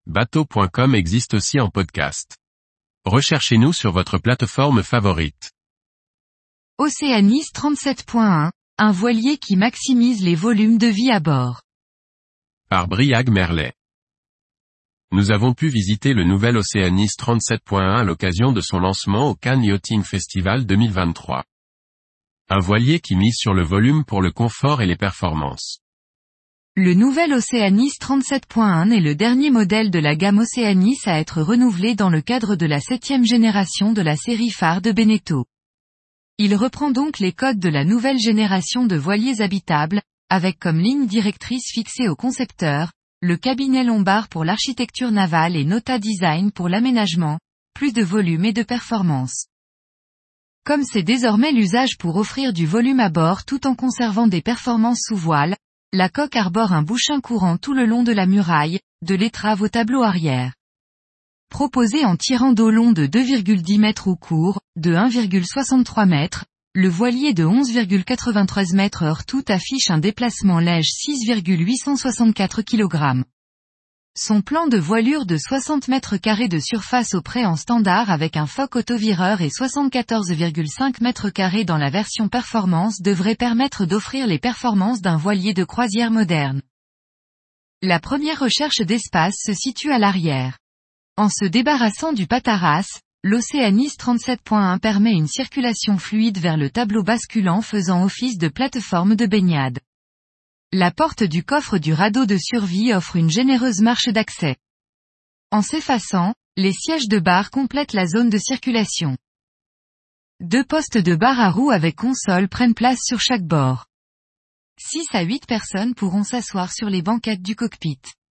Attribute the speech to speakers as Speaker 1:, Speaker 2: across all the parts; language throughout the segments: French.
Speaker 1: Bateau.com existe aussi en podcast. Recherchez-nous sur votre plateforme favorite.
Speaker 2: Oceanis 37.1, un voilier qui maximise les volumes de vie à bord.
Speaker 1: Par Briag Merlet. Nous avons pu visiter le nouvel Oceanis 37.1 à l'occasion de son lancement au Cannes Yachting Festival 2023. Un voilier qui mise sur le volume pour le confort et les performances.
Speaker 2: Le nouvel Oceanis 37.1 est le dernier modèle de la gamme Oceanis à être renouvelé dans le cadre de la 7e génération de la série phare de Beneteau. Il reprend donc les codes de la nouvelle génération de voiliers habitables, avec comme ligne directrice fixée au concepteur, le cabinet lombard pour l'architecture navale et Nota Design pour l'aménagement, plus de volume et de performance. Comme c'est désormais l'usage pour offrir du volume à bord tout en conservant des performances sous voile, la coque arbore un bouchin courant tout le long de la muraille, de l'étrave au tableau arrière. Proposé en tirant d'eau long de 2,10 mètres au court, de 1,63 mètres, le voilier de 11,93 mètres/heure tout affiche un déplacement léger 6,864 kg. Son plan de voilure de 60 mètres carrés de surface au prêt en standard avec un foc autovireur et 74,5 mètres carrés dans la version performance devrait permettre d'offrir les performances d'un voilier de croisière moderne. La première recherche d'espace se situe à l'arrière. En se débarrassant du pataras, l'Oceanis 37.1 permet une circulation fluide vers le tableau basculant faisant office de plateforme de baignade. La porte du coffre du radeau de survie offre une généreuse marche d'accès. En s'effaçant, les sièges de bar complètent la zone de circulation. 2 postes de bar à roues avec console prennent place sur chaque bord. 6 à 8 personnes pourront s'asseoir sur les banquettes du cockpit.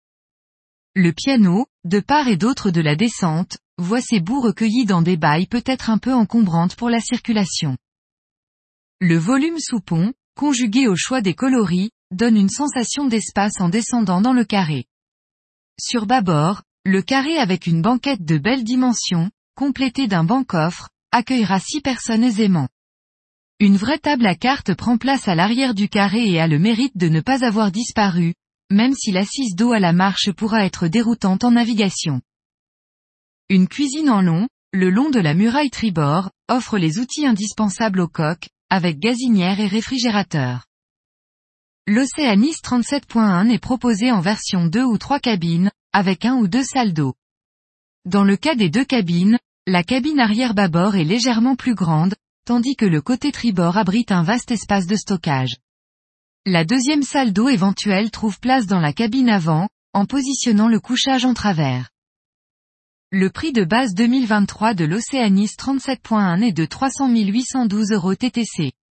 Speaker 2: Le piano, de part et d'autre de la descente, voit ses bouts recueillis dans des bailles peut-être un peu encombrantes pour la circulation. Le volume sous pont, conjugué au choix des coloris, donne une sensation d'espace en descendant dans le carré. Sur bâbord, le carré avec une banquette de belle dimension, complétée d'un banc-coffre, accueillera 6 personnes aisément. Une vraie table à cartes prend place à l'arrière du carré et a le mérite de ne pas avoir disparu, même si l'assise dos à la marche pourra être déroutante en navigation. Une cuisine en long, le long de la muraille tribord, offre les outils indispensables au coq, avec gazinière et réfrigérateur. L'Oceanis 37.1 est proposé en version 2 ou 3 cabines, avec 1 ou 2 salles d'eau. Dans le cas des 2 cabines, la cabine arrière bâbord est légèrement plus grande, tandis que le côté tribord abrite un vaste espace de stockage. La deuxième salle d'eau éventuelle trouve place dans la cabine avant, en positionnant le couchage en travers. Le prix de base 2023 de l'Oceanis 37.1 est de 300 812 € TTC.